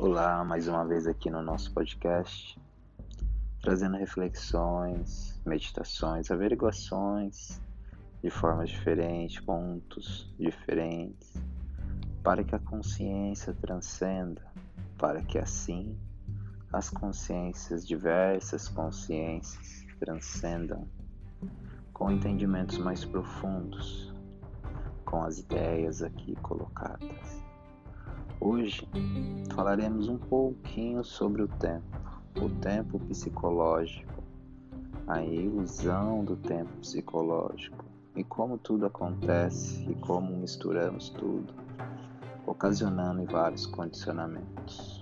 Olá, mais uma vez aqui no nosso podcast, trazendo reflexões, meditações, averiguações de formas diferentes, pontos diferentes, para que a consciência transcenda, para que assim as consciências, diversas consciências, transcendam com entendimentos mais profundos, com as ideias aqui colocadas. Hoje falaremos um pouquinho sobre o tempo psicológico, a ilusão do tempo psicológico e como tudo acontece e como misturamos tudo, ocasionando em vários condicionamentos.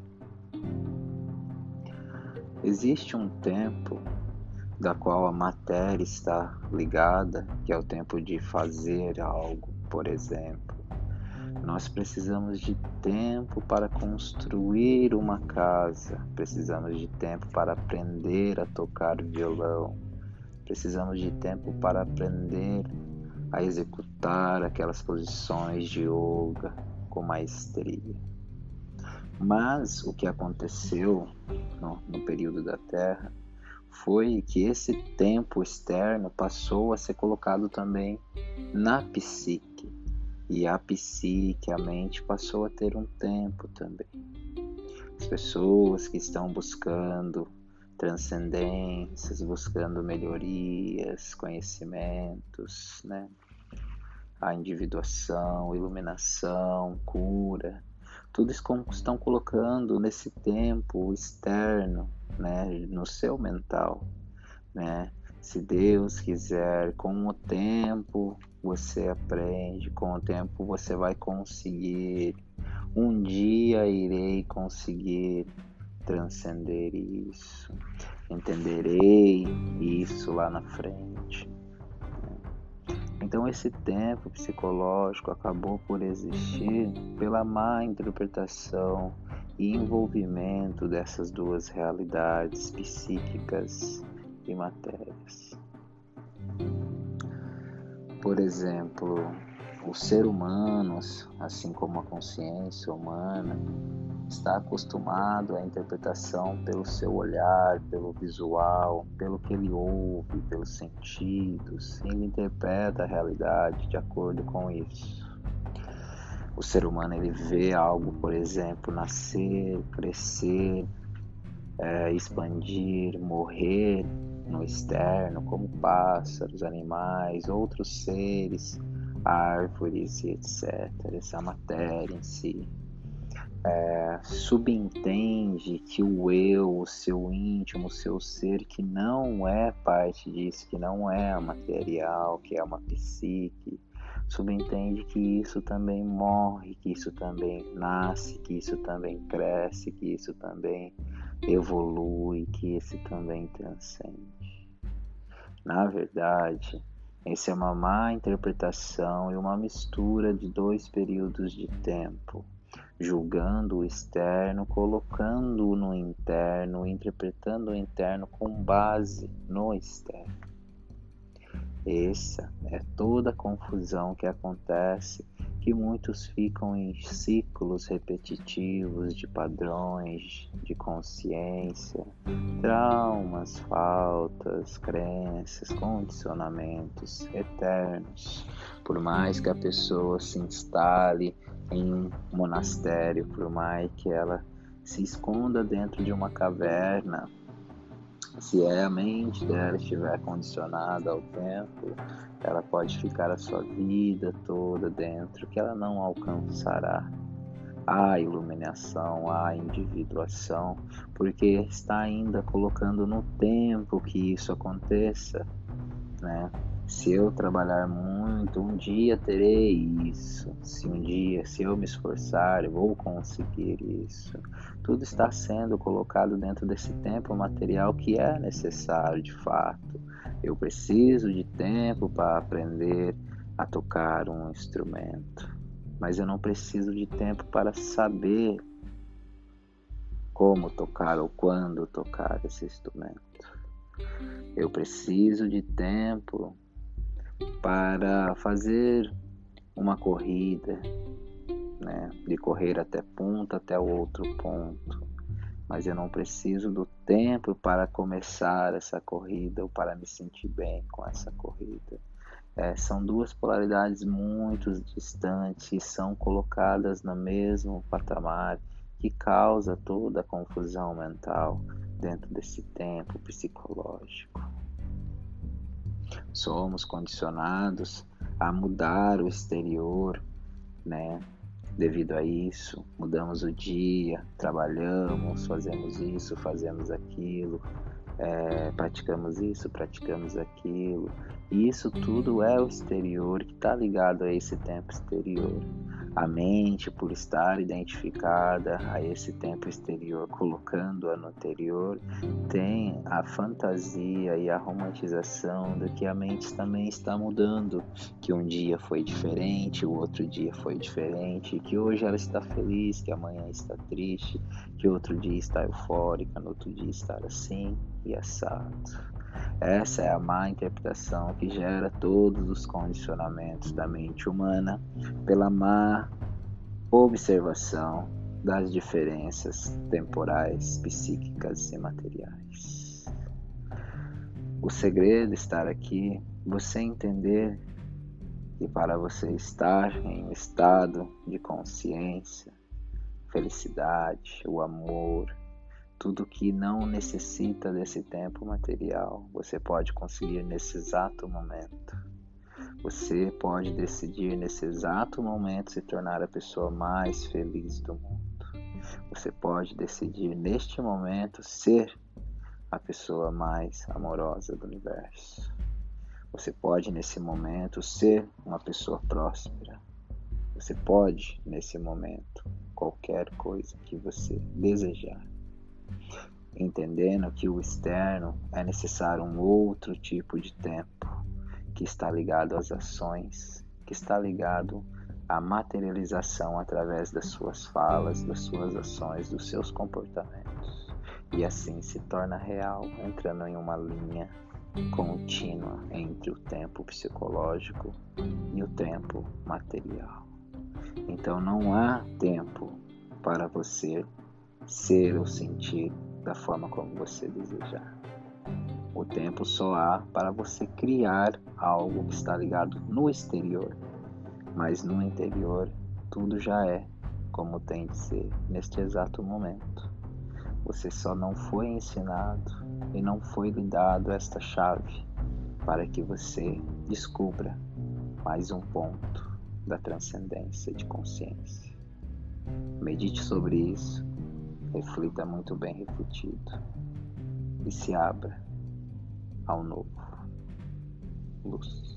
Existe um tempo da qual a matéria está ligada, que é o tempo de fazer algo, por exemplo. Nós precisamos de tempo para construir uma casa, precisamos de tempo para aprender a tocar violão, precisamos de tempo para aprender a executar aquelas posições de yoga com maestria. Mas o que aconteceu no período da Terra foi que esse tempo externo passou a ser colocado também na psique. E a psique, a mente, passou a ter um tempo também. As pessoas que estão buscando transcendências, buscando melhorias, conhecimentos, a individuação, iluminação, cura, tudo estão colocando nesse tempo externo, no seu mental, Se Deus quiser, com o tempo você aprende, com o tempo você vai conseguir. Um dia irei conseguir transcender isso, entenderei isso lá na frente. Então esse tempo psicológico acabou por existir pela má interpretação e envolvimento dessas duas realidades psíquicas e matérias. Por exemplo, o ser humano, assim como a consciência humana, está acostumado à interpretação pelo seu olhar, pelo visual, pelo que ele ouve, pelos sentidos. Ele interpreta a realidade de acordo com isso. O ser humano, ele vê algo, por exemplo, nascer, crescer, expandir, morrer no externo, como pássaros, animais, outros seres, árvores e etc. Essa matéria em si subentende que o eu, o seu íntimo, o seu ser, que não é parte disso, que não é material, que é uma psique, subentende que isso também morre, que isso também nasce, que isso também cresce, que isso também evolui, que esse também transcende. Na verdade, essa é uma má interpretação e uma mistura de dois períodos de tempo, julgando o externo, colocando-o no interno, interpretando o interno com base no externo. Essa é toda a confusão que acontece, que muitos ficam em ciclos repetitivos de padrões de consciência, traumas, faltas, crenças, condicionamentos eternos. Por mais que a pessoa se instale em um monastério, por mais que ela se esconda dentro de uma caverna, se a mente dela estiver condicionada ao tempo, ela pode ficar a sua vida toda dentro, que ela não alcançará a iluminação, a individuação, porque está ainda colocando no tempo que isso aconteça, Se eu trabalhar muito, um dia terei isso. Se eu me esforçar, eu vou conseguir isso. Tudo está sendo colocado dentro desse tempo material que é necessário de fato. Eu preciso de tempo para aprender a tocar um instrumento, mas eu não preciso de tempo para saber como tocar ou quando tocar esse instrumento. Eu preciso de tempo para fazer uma corrida, né, de correr até ponto, até o outro ponto, mas eu não preciso do tempo para começar essa corrida ou para me sentir bem com essa corrida. São duas polaridades muito distantes e são colocadas no mesmo patamar, que causa toda a confusão mental dentro desse tempo psicológico. Somos condicionados a mudar o exterior, né? Devido a isso, mudamos o dia, trabalhamos, fazemos isso, fazemos aquilo, praticamos isso, praticamos aquilo. E isso tudo é o exterior, que está ligado a esse tempo exterior. A mente, por estar identificada a esse tempo exterior, colocando-a no interior, tem a fantasia e a romantização de que a mente também está mudando, que um dia foi diferente, o outro dia foi diferente, que hoje ela está feliz, que amanhã está triste, que outro dia está eufórica, no outro dia está assim e assado. Essa é a má interpretação que gera todos os condicionamentos da mente humana pela má observação das diferenças temporais, psíquicas e materiais. O segredo está aqui, você entender que para você estar em um estado de consciência, felicidade, o amor, tudo que não necessita desse tempo material, você pode conseguir nesse exato momento. Você pode decidir nesse exato momento se tornar a pessoa mais feliz do mundo. Você pode decidir neste momento ser a pessoa mais amorosa do universo. Você pode nesse momento ser uma pessoa próspera. Você pode nesse momento qualquer coisa que você desejar. Entendendo que o externo é necessário um outro tipo de tempo, que está ligado às ações, que está ligado à materialização através das suas falas, das suas ações, dos seus comportamentos. E assim se torna real, entrando em uma linha contínua entre o tempo psicológico e o tempo material. Então não há tempo para você ser ou sentir da forma como você desejar. O tempo só há para você criar algo que está ligado no exterior, mas no interior tudo já é como tem de ser neste exato momento. Você só não foi ensinado e não foi lhe dado esta chave para que você descubra mais um ponto da transcendência de consciência. Medite sobre isso, reflita muito bem refletido e se abra ao novo. Luz.